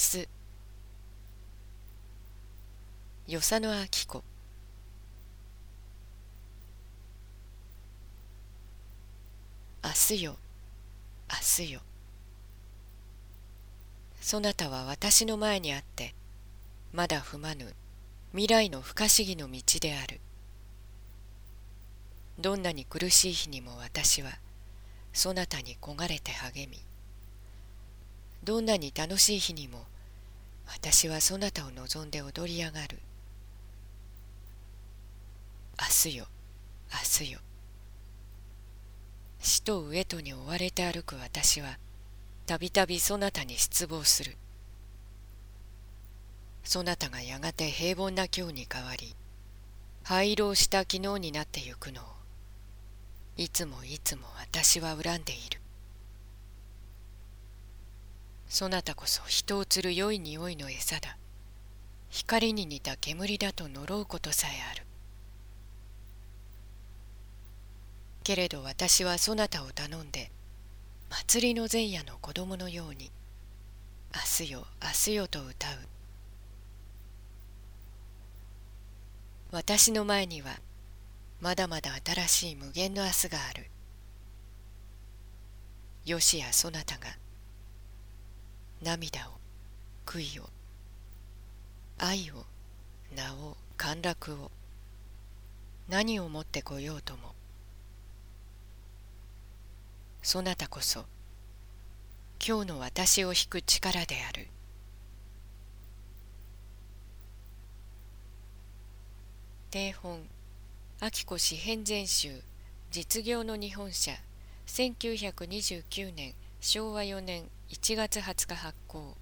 日、与謝野明子。明日よ、明日よ。そなたは私の前にあって、まだ踏まぬ未来の不可思議の道である。どんなに苦しい日にも私はそなたに焦がれて励み、どんなに楽しい日にも私はそなたを望んで踊り上がる。明日よ、明日よ。死と飢えとに追われて歩く私はたびたびそなたに失望する。そなたがやがて平凡な今日に変わり、灰色をした昨日になってゆくのをいつもいつも私は恨んでいる。そなたこそ人を釣る良い匂いの餌だ。光に似た煙だと呪うことさえある。けれど私はそなたを頼んで、祭りの前夜の子供のように、明日よ、明日よと歌う。私の前には、まだまだ新しい無限の明日がある。よしやそなたが、涙を、悔いを、愛を、名を、陥落を、何をもってこようとも、そなたこそ今日の私を引く力である。定本明子詩編全集実業の日本社1929年昭和4年1月20日発行。